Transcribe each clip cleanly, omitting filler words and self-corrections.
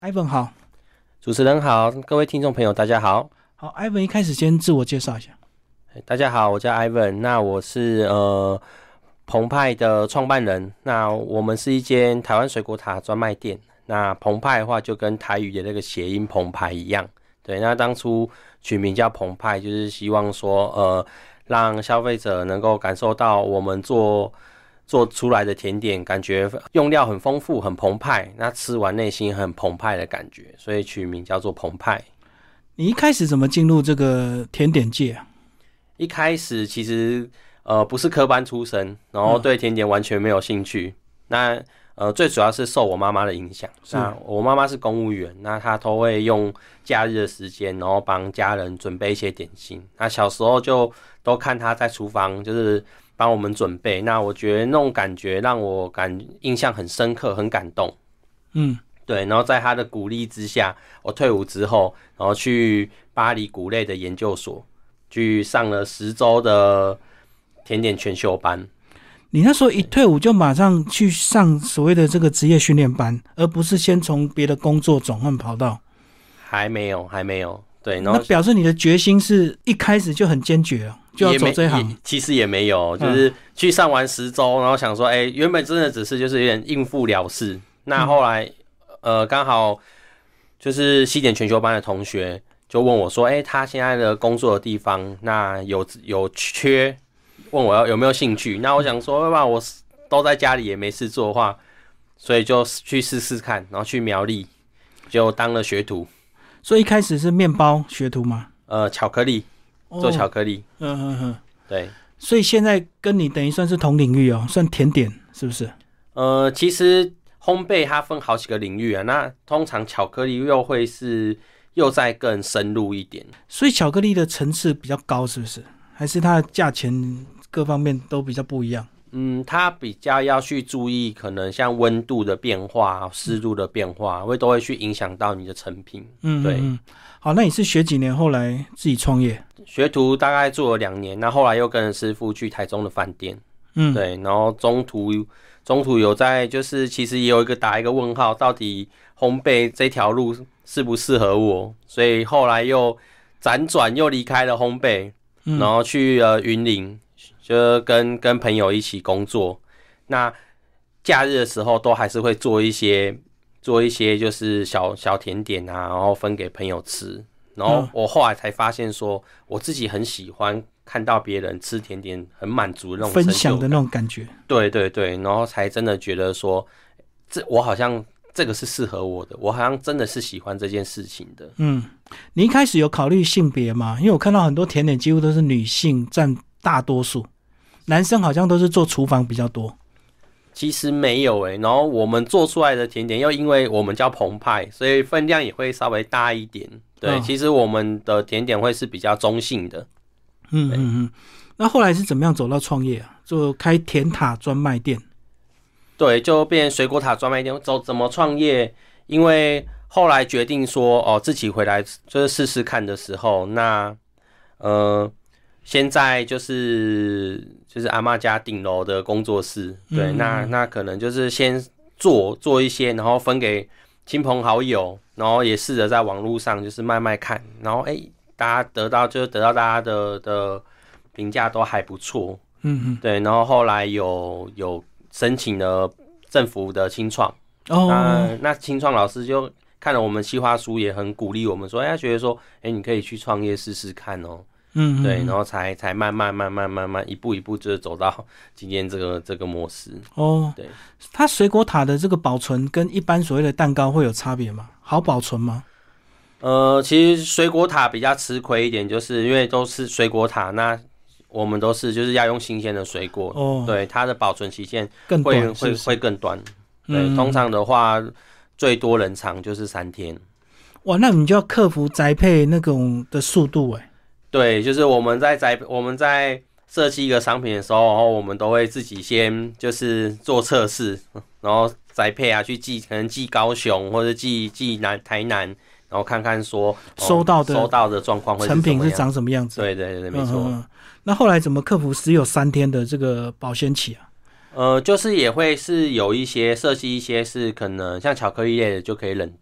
Ivan 好。 主持人好，各位听众朋友大家好。 好 ，Ivan 一开始先自我介绍一下。 大家好，我叫 Ivan， 那我是澎湃的创办人。那我们是一间台湾水果塔专卖店。那澎湃的话就跟台语的那个谐音澎湃一样，对。那当初取名叫澎湃，就是希望说让消费者能够感受到我们做出来的甜点，感觉用料很丰富、很澎湃，那吃完内心很澎湃的感觉，所以取名叫做澎湃。 你一开始怎么进入这个甜点界啊？ 一开始其实不是科班出身，然后对甜点完全没有兴趣。那最主要是受我妈妈的影响。那我妈妈是公务员，那她都会用假日的时间，然后帮家人准备一些点心。那小时候就都看她在厨房，就是帮我们准备。那我觉得那种感觉让我印象很深刻，很感动。对。然后在她的鼓励之下，我退伍之后，然后去巴黎谷类的研究所，去上了10周的甜点全修班。 你那时候一退伍就马上去上所谓的这个职业训练班，而不是先从别的工作转换跑道？ 还没有。对，然后那表示你的决心是一开始就很坚决，就要走这一行。 其实也没有，就是去上完10周，然后想说，原本真的只是就是有点应付了事。那后来，刚好就是西点全修班的同学就问我说，他现在的工作的地方那有缺。问我有没有兴趣，那我想说，要不然我都在家里也没事做的话，所以就去试试看，然后去苗栗就当了学徒。 所以一开始是面包学徒吗？ 巧克力，做巧克力。对。 所以现在跟你等于算是同领域哦，算甜点是不是？ 其实烘焙它分好几个领域啊，那通常巧克力又再更深入一点。 所以巧克力的层次比较高，是不是？还是它的价钱各方面都比较不一样？ 它比较要去注意，可能像温度的变化、湿度的变化，都会去影响到你的成品。对。 好，那你是学几年，后来自己创业？ 学徒大概做了2年，那后来又跟着师傅去台中的饭店。对，然后中途有在，就是其实也有打一个问号，到底烘焙这条路适不适合我？所以后来又辗转又离开了烘焙。然后去云林，就跟朋友一起工作。那假日的时候都还是会做一些就是小甜点啊，然后分给朋友吃。然后我后来才发现说，我自己很喜欢看到别人吃甜点很满足的那种分享的那种感觉。 对，然后才真的觉得说，我好像这个是适合我的，我好像真的是喜欢这件事情的。 你一开始有考虑性别吗？因为我看到很多甜点几乎都是女性占大多数，男生好像都是做厨房比较多。 其实没有然后我们做出来的甜点又因为我们叫澎湃，所以分量也会稍微大一点。对，其实我们的甜点会是比较中性的。 那后来是怎么样走到创业啊？就开甜塔专卖店。 对，就变水果塔专卖店。怎么创业？因为后来决定说，自己回来就是试试看的时候，那现在就是阿嬷家顶楼的工作室。对，那可能就是先做一些，然后分给亲朋好友，然后也试着在网络上就是卖看，然后大家得到大家的评价都还不错。对，然后后来有申请了政府的青创。那青创老师就看了我们企划书，也很鼓励我们说，他觉得说，你可以去创业试试看哦。对，然后才慢慢一步一步就是走到今天这个模式。对， 它水果塔的这个保存跟一般所谓的蛋糕会有差别吗？好保存吗？ 其实水果塔比较吃亏一点，就是因为都是水果塔，那我们都是就是要用新鲜的水果。对，它的保存期限会更短。对，通常的话最多冷藏就是3天。 哇，那你就要克服宅配那种的速度对，就是我们在设计一个商品的时候，然后我们都会自己先就是做测试，然后宅配啊去可能寄高雄或者寄台南，然后看看说收到的状况会是怎么样， 成品是长什么样子。 对，没错。 那后来怎么克服只有3天的这个保鲜期啊？ 就是也会是有一些设计一些是可能像巧克力类的就可以冷冻。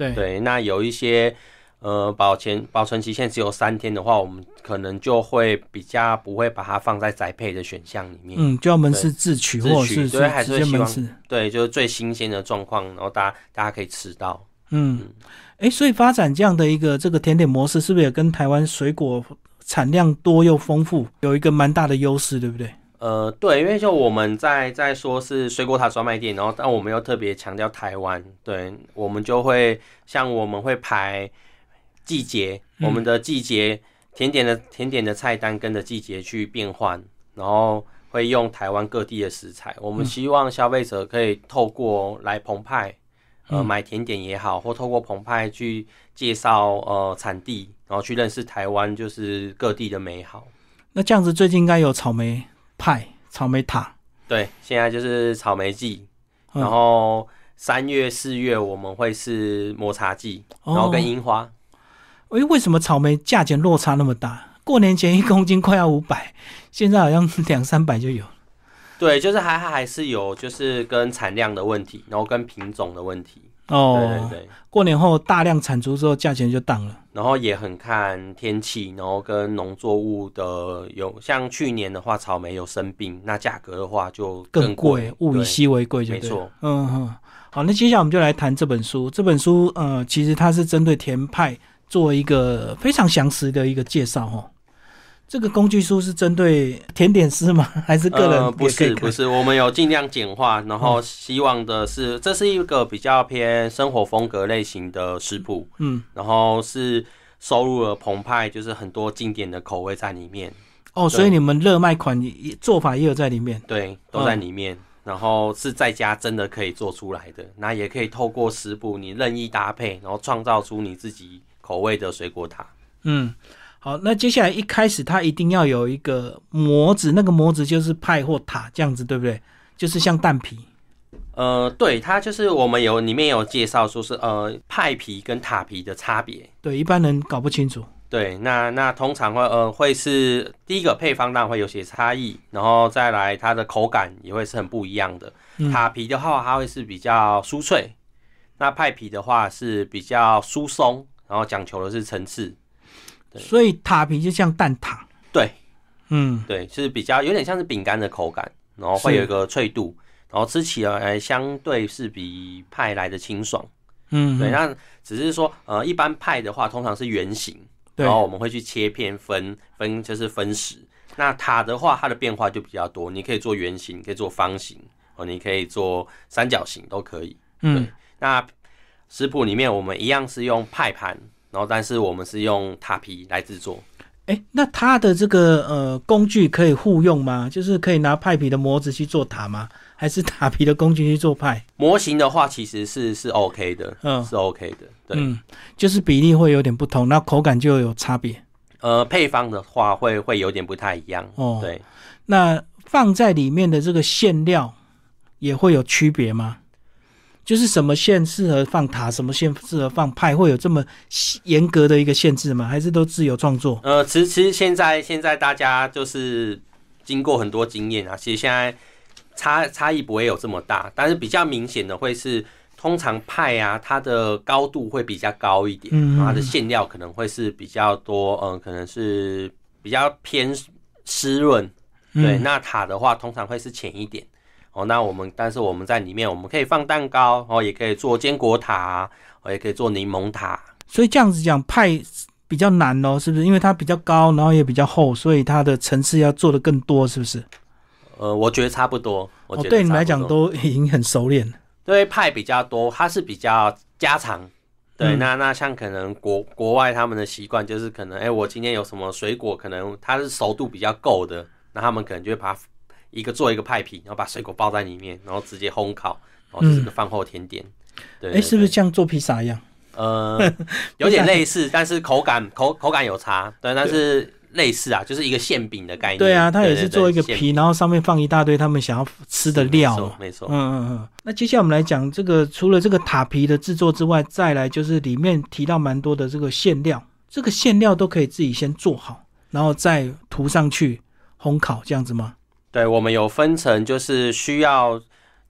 对，那有一些保存期限只有3天的话，我们可能就会比较不会把它放在宅配的选项里面。 就要门市自取，或者是对，还是会希望直接门市。 对，就是最新鲜的状况，然后大家可以吃到。 所以发展这样的一个这个甜点模式，是不是也跟台湾水果产量多又丰富有一个蛮大的优势，对不对？ 对，因为就我们在说是水果塔专卖店，然后但我们又特别强调台湾，对，我们就会像我们会排季节，我们的季节甜点的菜单跟着季节去变换，然后会用台湾各地的食材。我们希望消费者可以透过来澎湃，买甜点也好，或透过澎湃去介绍产地，然后去认识台湾就是各地的美好。 那这样子最近应该有草莓派、草莓塔。 对，现在就是草莓季，然后3月、4月我们会是抹茶季，然后跟樱花。 为什么草莓价钱落差那么大？过年前1公斤快要500，现在好像200-300就有。 对，就是还是有，就是跟产量的问题，然后跟品种的问题。对， 过年后大量产出之后，价钱就荡了。 然后也很看天气，然后跟农作物的像去年的话，草莓有生病，那价格的话就更贵， 物以稀为贵，就对。 没错。 好，那接下来我们就来谈这本书。这本书其实它是针对甜派做一个非常详实的一个介绍哦。这个工具书是针对甜点师吗？还是个人？ 不是，我们有尽量简化，然后希望的是，这是一个比较偏生活风格类型的食谱，然后是收入了澎湃，就是很多经典的口味在里面。 所以你们热卖款做法也有在里面？ 对，都在里面。然后是在家真的可以做出来的，那也可以透过食谱你任意搭配，然后创造出你自己口味的水果塔。 好，那接下来一开始它一定要有一个模子，那个模子就是派或塔这样子，对不对？就是像蛋皮。 对，它就是我们里面有介绍说是派皮跟塔皮的差别。 对，一般人搞不清楚。 对，那通常会是第一个配方当然会有些差异，然后再来它的口感也会是很不一样的。塔皮的话，它会是比较酥脆，那派皮的话是比较疏松，然后讲求的是层次。 所以塔皮就像蛋挞。 对，对，是比较有点像是饼干的口感，然后会有一个脆度，然后吃起来相对是比派来的清爽。对，那只是说一般派的话通常是圆形，然后我们会去切片分就是分食。那塔的话，它的变化就比较多，你可以做圆形，可以做方形，你可以做三角形都可以。对，那食谱里面我们一样是用派盘。然后，但是我们是用塔皮来制作。 那它的这个工具可以互用吗？就是可以拿派皮的模子去做塔吗？还是塔皮的工具去做派？ 模型的话，其实是 OK 的，是 OK 的。对， 就是比例会有点不同，那口感就有差别。 配方的话会有点不太一样。对。 那放在里面的这个馅料也会有区别吗？就是什么馅适合放塔，什么馅适合放派，会有这么严格的一个限制吗？还是都自由创作？ 其实现在大家就是经过很多经验啊，其实现在差异不会有这么大，但是比较明显的会是，通常派啊，它的高度会比较高一点，然后它的馅料可能会是比较多，可能是比较偏湿润。对，那塔的话通常会是浅一点。但是我们在里面，我们可以放蛋糕，也可以做坚果塔，也可以做柠檬塔。 所以这样子讲，派比较难是不是？因为它比较高，然后也比较厚，所以它的层次要做的更多，是不是？ 我觉得差不多。 对你们来讲都已经很熟练了。 对，派比较多，它是比较家常。对，那像可能国外他们的习惯就是可能，我今天有什么水果，可能它是熟度比较够的，那他们可能就会把它做一个派皮，然后把水果包在里面，然后直接烘烤，然后就是个饭后甜点。对， 是不是像做披萨一样？ 有点类似，但是口感有差。对，但是类似啊，就是一个馅饼的概念。 对啊，它也是做一个皮，然后上面放一大堆他们想要吃的料。 没错。 那接下来我们来讲这个，除了这个塔皮的制作之外，再来就是里面提到蛮多的这个馅料，这个馅料都可以自己先做好，然后再涂上去烘烤，这样子吗？ 对，我们有分成，就是需要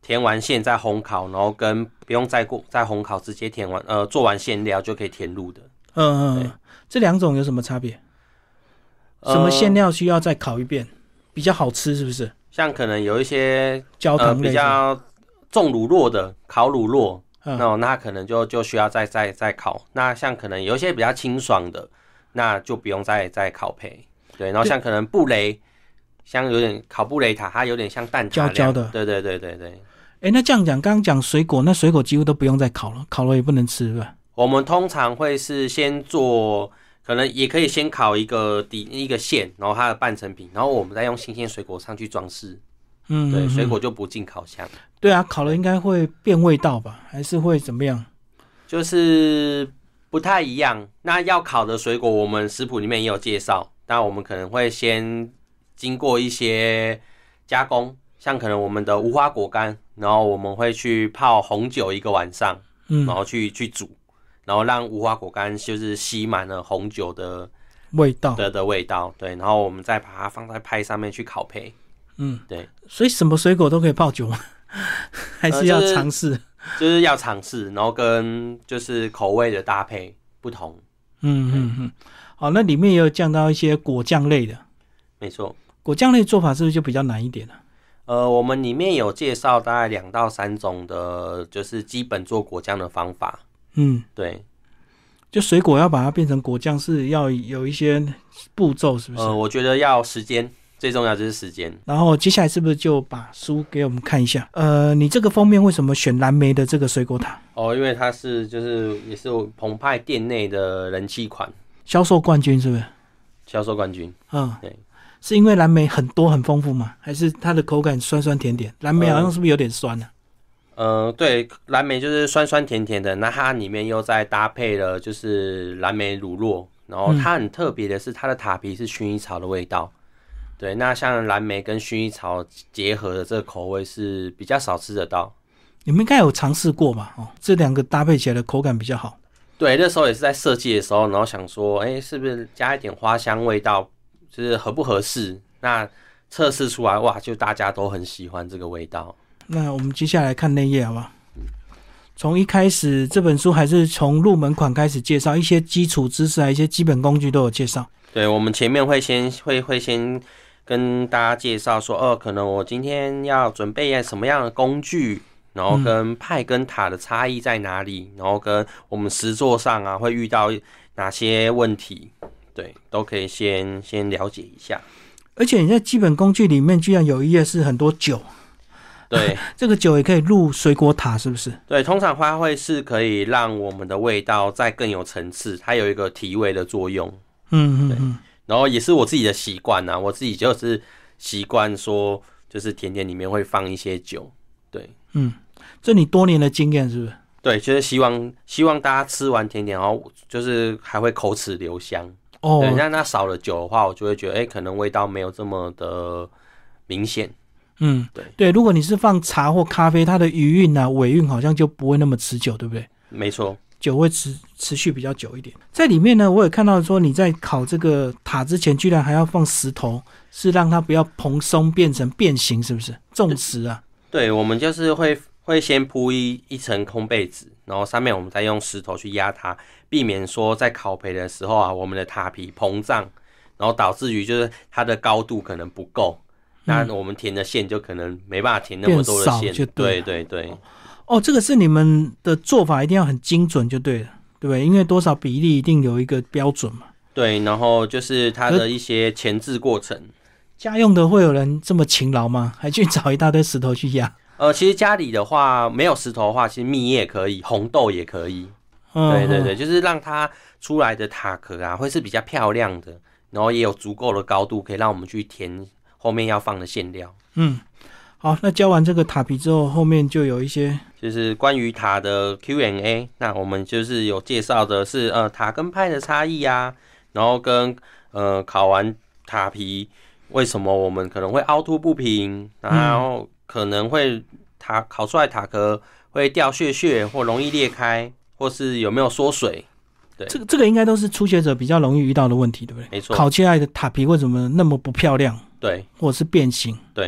填完馅再烘烤，然后跟不用再烘烤，直接填完做完馅料就可以填入的。 这两种有什么差别？什么馅料需要再烤一遍比较好吃？是不是？ 像可能有一些焦糖类比较重乳酪的烤乳酪，那可能就需要再烤。那像可能有一些比较清爽的，那就不用再烤焙。对，然后像可能布雷，像有点烤布雷塔，它有点像蛋挞焦焦的。 对。 那这样讲，刚刚讲水果，那水果几乎都不用再烤了，烤了也不能吃，是吧？ 我们通常会是先做，可能也可以先烤一个馅，然后它的半成品，然后我们再用新鲜水果上去装饰。对，水果就不进烤箱。 对啊，烤了应该会变味道吧？还是会怎么样？ 就是不太一样。那要烤的水果，我们食谱里面也有介绍。那我们可能会先经过一些加工，像可能我们的无花果干，然后我们会去泡红酒1个晚上，然后去煮，然后让无花果干就是吸满了红酒的味道的味道。对，然后我们再把它放在派上面去烤焙。对。 所以什么水果都可以泡酒吗？还是要尝试？ 就是要尝试，然后跟就是口味的搭配不同。 好，那里面也有降到一些果酱类的。 没错。 果酱类做法是不是就比较难一点了？ 我们里面有介绍大概2到3种的，就是基本做果酱的方法。对。 就水果要把它变成果酱是要有一些步骤，是不是？ 我觉得要时间。最重要就是时间。 然后接下来是不是就把书给我们看一下？你这个封面为什么选蓝莓的这个水果塔？ 因为它是也是澎湃店内的人气款， 销售冠军是不是？ 销售冠军。 对，是因为蓝莓很多很丰富吗？还是它的口感酸酸甜甜？蓝莓好像是不是有点酸呢？ 对，蓝莓就是酸酸甜甜的，那它里面又再搭配了就是蓝莓乳酪，然后它很特别的是它的塔皮是薰衣草的味道。对，那像蓝莓跟薰衣草结合的这个口味是比较少吃得到。 你们应该有尝试过吧？这两个搭配起来的口感比较好。 对，那时候也是在设计的时候，然后想说，是不是加一点花香味道，就是合不合适？那测试出来，哇，就大家都很喜欢这个味道。 那我们接下来看内页好不好？从一开始这本书还是从入门款开始介绍一些基础知识，一些基本工具都有介绍。 对，我们前面会先跟大家介绍说，可能我今天要准备什么样的工具，然后跟派跟塔的差异在哪里，然后跟我们实作上啊会遇到哪些问题，对，都可以先了解一下。 而且你在基本工具里面居然有一页是很多酒。 对， 这个酒也可以入水果塔，是不是？ 对，通常花卉是可以让我们的味道再更有层次，它有一个提味的作用。然后也是我自己的习惯啊，我自己就是习惯说，就是甜点里面会放一些酒。对， 这你多年的经验是不是？ 对，就是希望大家吃完甜点，然后就是还会口齿留香。对，那少了酒的话，我就会觉得，可能味道没有这么的明显。 对，如果你是放茶或咖啡，它的余韵啊、尾韵好像就不会那么持久，对不对？ 没错。 酒会持续比较久一点。在里面呢，我也看到说你在烤这个塔之前，居然还要放石头，是让它不要蓬松变成变形，是不是？重石啊？对， 我们就是会先铺一层空被子，然后上面我们再用石头去压它，避免说在烤焙的时候啊，我们的塔皮膨胀，然后导致于就是它的高度可能不够，那我们填的馅就可能没办法填那么多的馅。对。 这个是你们的做法一定要很精准就对了，对不对？因为多少比例一定有一个标准嘛。 对，然后就是它的一些前置过程。 家用的会有人这么勤劳吗？还去找一大堆石头去压？ 其实家里的话没有石头的话，其实蜜叶可以，红豆也可以。对，就是让它出来的塔壳啊会是比较漂亮的，然后也有足够的高度可以让我们去填后面要放的馅料。 好，那教完这个塔皮之后，后面就有一些就是关于塔的 Q&A。那我们就是有介绍的是塔跟派的差异啊，然后跟烤完塔皮为什么我们可能会凹凸不平，然后可能会烤出来塔壳会掉屑屑或容易裂开，或是有没有缩水。对， 这个应该都是初学者比较容易遇到的问题，对不对？ 没错。 烤起来的塔皮为什么那么不漂亮？ 对， 或者是变形？ 对。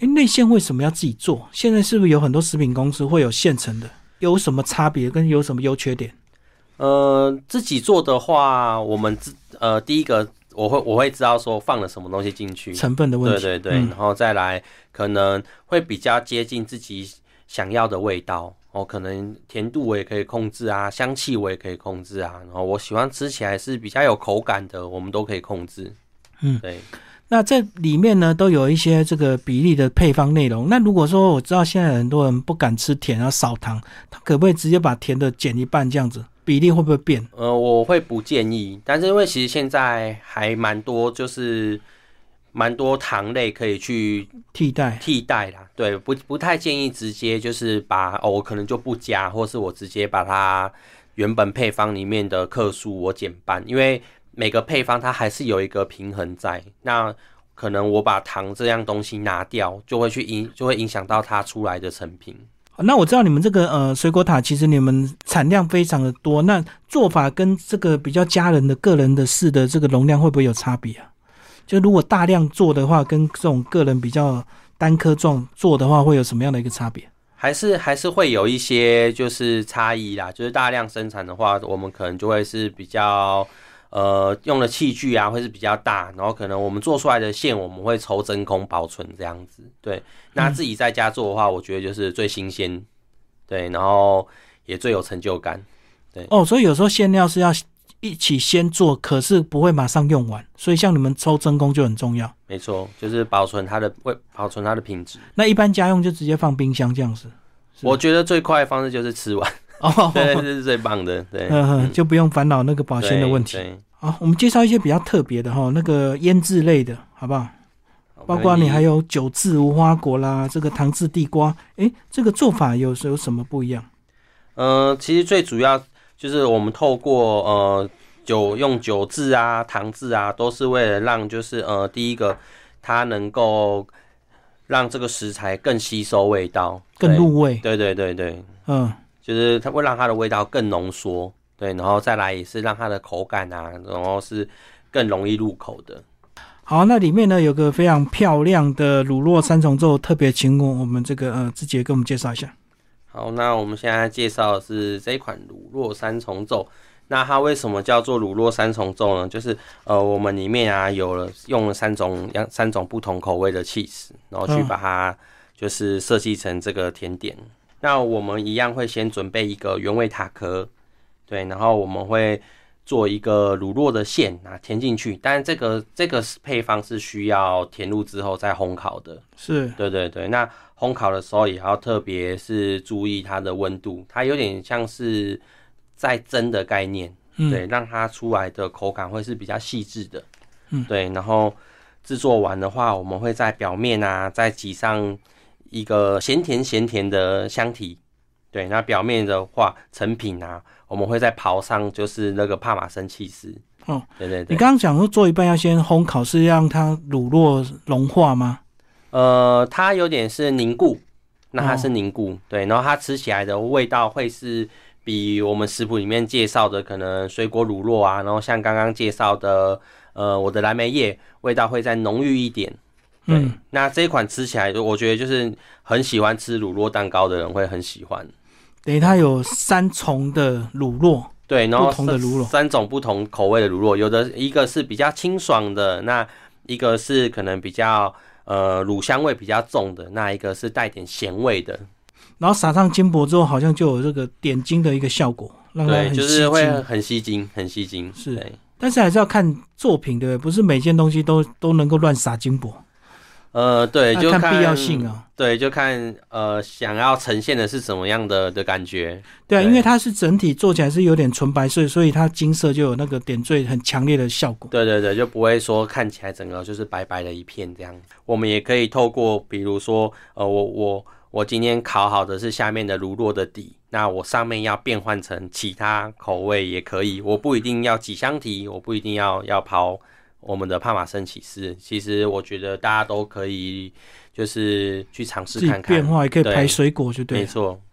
内馅为什么要自己做？现在是不是有很多食品公司会有现成的？有什么差别跟有什么优缺点？ 自己做的话，我们第一个我会知道说放了什么东西进去， 成分的问题， 对对对，然后再来可能会比较接近自己想要的味道可能甜度我也可以控制啊，香气我也可以控制啊，然后我喜欢吃起来是比较有口感的，我们都可以控制。对。 那这里面呢都有一些这个比例的配方内容。那如果说我知道现在很多人不敢吃甜，要少糖，他可不可以直接把甜的减一半这样子？比例会不会变？ 我会不建议，但是因为其实现在还蛮多，就是蛮多糖类可以去替代啦。对，不太建议直接就是我可能就不加，或是我直接把它原本配方里面的克数我减半，因为每个配方它还是有一个平衡在，那可能我把糖这样东西拿掉，就会影响到它出来的成品。 那我知道你们这个水果塔其实你们产量非常的多，那做法跟这个比较家人的个人的事的这个容量会不会有差别啊？就如果大量做的话，跟这种个人比较单颗状做的话，会有什么样的一个差别？ 还是会有一些就是差异啦，就是大量生产的话，我们可能就会是比较用的器具啊会是比较大，然后可能我们做出来的馅我们会抽真空保存这样子。对，那自己在家做的话，我觉得就是最新鲜，对，然后也最有成就感。对所以有时候馅料是要一起先做，可是不会马上用完，所以像你们抽真空就很重要。 没错，就是保存它的品质。 那一般家用就直接放冰箱这样子。 我觉得最快的方式就是吃完。对，这是最棒的。对， 就不用烦恼那个保鲜的问题。好，我们介绍一些比较特别的那个腌制类的，好不好？包括你还有酒制无花果啦，这个糖制地瓜，这个做法有什么不一样？ 其实最主要就是我们透过用酒制啊、糖制啊，都是为了让就是第一个它能够让这个食材更吸收味道， 更入味。 对对对对，就是它会让它的味道更浓缩，对，然后再来也是让它的口感啊，然后是更容易入口的。 好，那里面呢有个非常漂亮的乳酪三重奏，特别请我们这个志杰跟我们介绍一下。 好，那我们现在介绍的是这一款乳酪三重奏。那它为什么叫做乳酪三重奏呢？就是我们里面啊用了三种不同口味的cheese，然后去把它就是设计成这个甜点。那我们一样会先准备一个原味塔壳，对，然后我们会做一个乳酪的馅填进去，但是这个配方是需要填入之后再烘烤的。 是， 对对对。那烘烤的时候也要特别是注意它的温度，它有点像是在蒸的概念，对，让它出来的口感会是比较细致的。对，然后制作完的话，我们会在表面啊再挤上一个咸甜的香体，对，那表面的话成品啊，我们会再刨上就是那个帕玛森起司。对对对。 你刚刚讲说做一半要先烘烤，是让它乳酪融化吗？ 它有点是凝固，那它是凝固，对，然后它吃起来的味道会是比我们食谱里面介绍的可能水果乳酪啊，然后像刚刚介绍的我的蓝莓叶味道会再浓郁一点。对，那这一款吃起来，我觉得就是很喜欢吃乳酪蛋糕的人会很喜欢。 等于它有3重的乳酪， 对，然后不同的乳酪 ，3种不同口味的乳酪，有的一个是比较清爽的，那一个是可能比较乳香味比较重的，那一个是带点咸味的。 然后撒上金箔之后，好像就有这个点睛的一个效果，让它很吸睛， 就是会很吸睛，很吸睛。 是，但是还是要看作品，对不对？不是每件东西都能够乱撒金箔。 对，就看必要性啊。 对，就看想要呈现的是什么样的感觉。 对啊，因为它是整体做起来是有点纯白色，所以它金色就有那个点缀很强烈的效果。 对对对，就不会说看起来整个就是白白的一片这样。我们也可以透过比如说我今天烤好的是下面的乳酪的底，那我上面要变换成其他口味也可以，我不一定要几香提，我不一定要刨我们的帕玛森起司，其实我觉得大家都可以就是去尝试看看， 自己变化，也可以排水果就对了。 没错。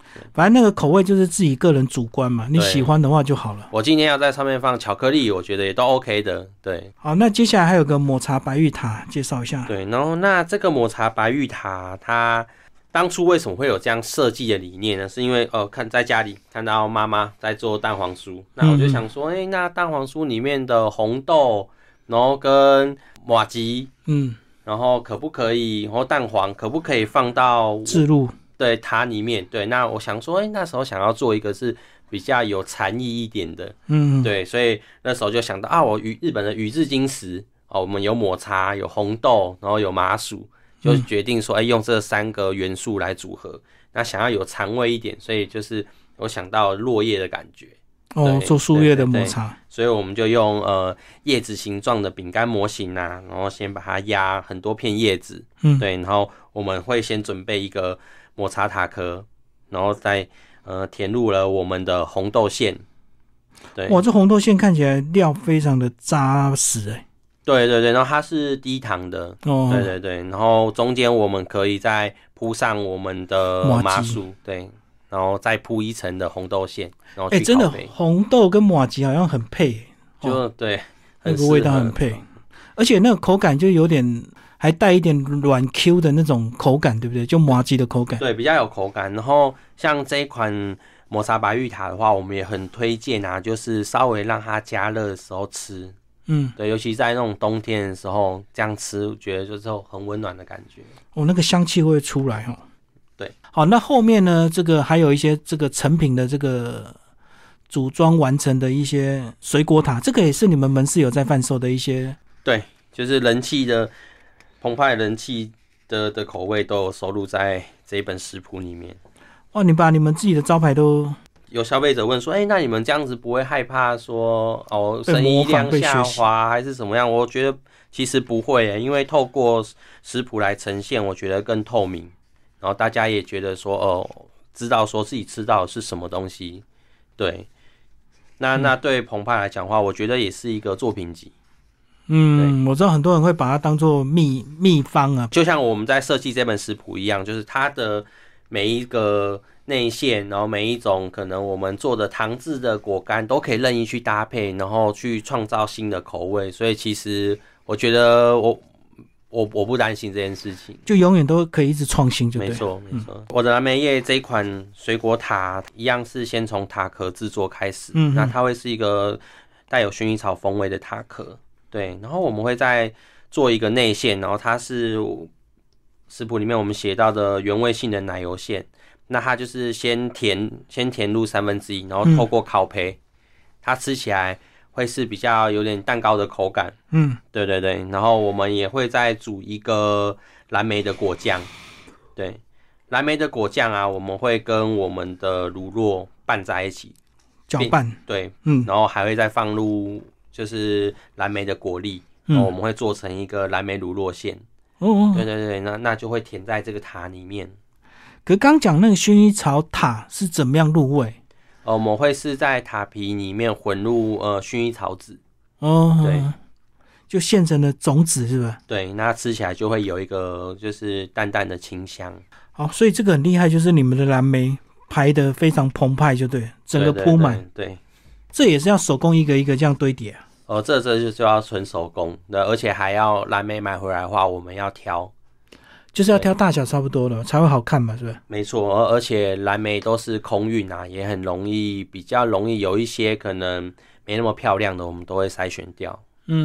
反正那个口味就是自己个人主观嘛，你喜欢的话就好了。 我今天要在上面放巧克力，我觉得也都 OK 的。对， 好，那接下来还有个抹茶白玉塔，介绍一下。 对，然后那这个抹茶白玉塔，它当初为什么会有这样设计的理念呢？是因为看在家里看到妈妈在做蛋黄酥，那我就想说，那蛋黄酥里面的红豆，然后跟麻糬，然后可不可以，然后蛋黄可不可以放到置入？ 对塔里面？对，那我想说，那时候想要做一个是比较有禅意一点的，对，所以那时候就想到我日本的宇治金时我们有抹茶，有红豆，然后有麻薯。就决定说，用这3个元素来组合，那想要有禅味一点，所以就是我想到落叶的感觉。 做树叶的抹茶， 所以我们就用叶子形状的饼干模型然后先把它压很多片叶子，对，然后我们会先准备一个抹茶塔壳，然后再填入了我们的红豆馅。对， 哇，这红豆馅看起来料非常的扎实对对对，然后它是低糖的，对对对，然后中间我们可以再铺上我们的麻薯，对，然后再铺一层的红豆馅，然后去真的红豆跟麻糬好像很配， 就对， 那个味道很配，而且那个口感就有点还带一点软 Q 的那种口感，对不对？就麻糬的口感， 对，比较有口感。然后像这一款抹茶白玉塔的话，我们也很推荐就是稍微让它加热的时候吃。对，尤其在那种冬天的时候，这样吃，觉得就是很温暖的感觉。 那个香气会出来对， 好，那后面呢？这个还有一些这个成品的这个组装完成的一些水果塔，这个也是你们门市有在贩售的一些。 对，就是人气的澎湃人气的口味都有收录在这一本食谱里面。 你把你们自己的招牌都。 有消费者问说，那你们这样子不会害怕说生意量下滑还是怎么样？我觉得其实不会因为透过食谱来呈现，我觉得更透明，然后大家也觉得说知道说自己吃到的是什么东西。对，那对澎湃来讲的话，我觉得也是一个作品集。 我知道很多人会把它当作秘方啊， 就像我们在设计这本食谱一样，就是它的每一个内馅，然后每一种可能我们做的糖制的果干都可以任意去搭配，然后去创造新的口味。所以其实我觉得我不担心这件事情， 就永远都可以一直创新，就对。 没错没错。我的蓝莓叶这一款水果塔一样是先从塔壳制作开始，那它会是一个带有薰衣草风味的塔壳，对，然后我们会再做一个内馅，然后它是食谱里面我们写到的原味性的奶油馅。那它就是先填入1/3，然后透过烤焙，它吃起来会是比较有点蛋糕的口感。对对对。然后我们也会再煮一个蓝莓的果酱。对，蓝莓的果酱我们会跟我们的乳酪拌在一起， 搅拌。 对，然后还会再放入就是蓝莓的果粒，然后我们会做成一个蓝莓乳酪馅。对对对，那就会填在这个塔里面。 可刚讲那个薰衣草塔是怎么样入味？ 我们会是在塔皮里面混入薰衣草籽。对， 就现成的种子是吧？ 对，那吃起来就会有一个就是淡淡的清香。 好，所以这个很厉害，就是你们的蓝莓排得非常澎湃，就对，整个铺满。 对， 这也是要手工一个一个这样堆叠这就要纯手工，而且还要蓝莓买回来的话，我们要挑。 就是要挑大小差不多的才会好看嘛，是不是？ 没错，而且蓝莓都是空运也很容易，比较容易有一些可能没那么漂亮的，我们都会筛选掉。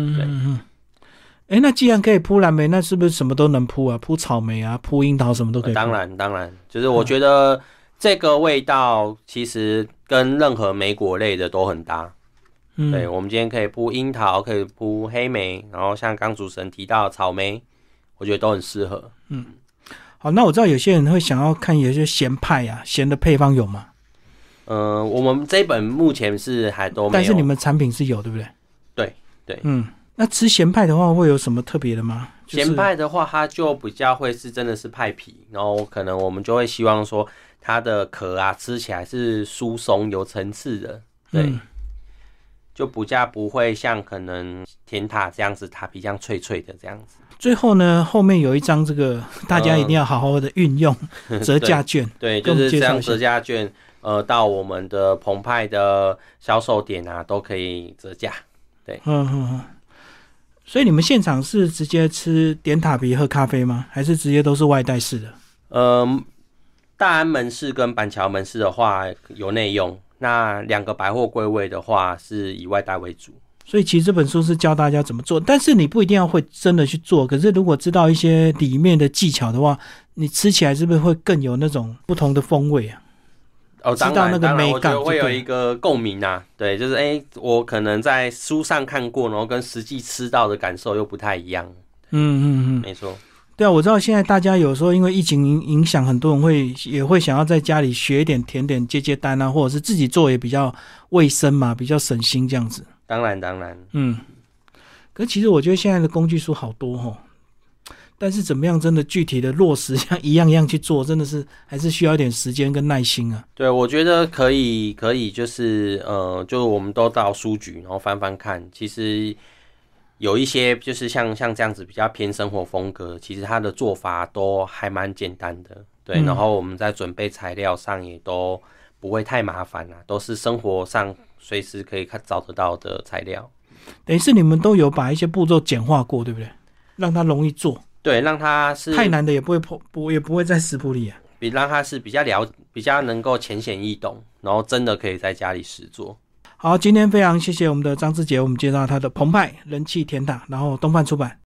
那既然可以铺蓝莓，那是不是什么都能铺啊？铺草莓啊，铺樱桃什么都可以铺。 当然，就是我觉得这个味道其实跟任何莓果类的都很搭。对，我们今天可以铺樱桃，可以铺黑莓，然后像刚主持人提到的草莓。我觉得都很适合。 好，那我知道有些人会想要看有些咸派咸的配方有吗？ 我们这一本目前是还都没有， 但是你们产品是有，对不对？ 对。 那吃咸派的话会有什么特别的吗？ 咸派的话，它就比较会是真的是派皮，然后可能我们就会希望说它的壳吃起来是疏松有层次的。对。 就比较不会像可能甜塔这样子，塔皮这样脆脆的这样子。 最后呢，后面有一张这个大家一定要好好的运用折价券， 对，就是这样折价券，到我们的澎湃的销售点啊，都可以折价。对， 所以你们现场是直接吃点塔皮喝咖啡吗？还是直接都是外带式的？ 大安门市跟板桥门市的话有内用，那2个百货柜位的话是以外带为主。 所以其实这本书是教大家怎么做，但是你不一定要会真的去做。可是如果知道一些里面的技巧的话，你吃起来是不是会更有那种不同的风味啊？ 知道那个美感，我觉得会有一个共鸣啊。对，就是我可能在书上看过，然后跟实际吃到的感受又不太一样。没错。 对啊，我知道现在大家有时候因为疫情影响，很多人也会想要在家里学一点甜点接单啊，或者是自己做也比较卫生嘛，比较省心这样子。 当然。 可是其实我觉得现在的工具书好多齁，但是怎么样真的具体的落实像一样一样去做，真的是还是需要一点时间跟耐心啊。 对，我觉得可以就是就我们都到书局然后翻翻看，其实有一些就是像这样子比较偏生活风格，其实它的做法都还蛮简单的。对，然后我们在准备材料上也都不会太麻烦啦，都是生活上随时可以找得到的材料。 等于是你们都有把一些步骤简化过，对不对？让它容易做。 对，让它是太难的也不会在食谱里啊。 让它是比较能够浅显易懂，然后真的可以在家里实做。 好，今天非常谢谢我们的张志杰，我们介绍他的澎湃人气甜塔，然后东贩出版。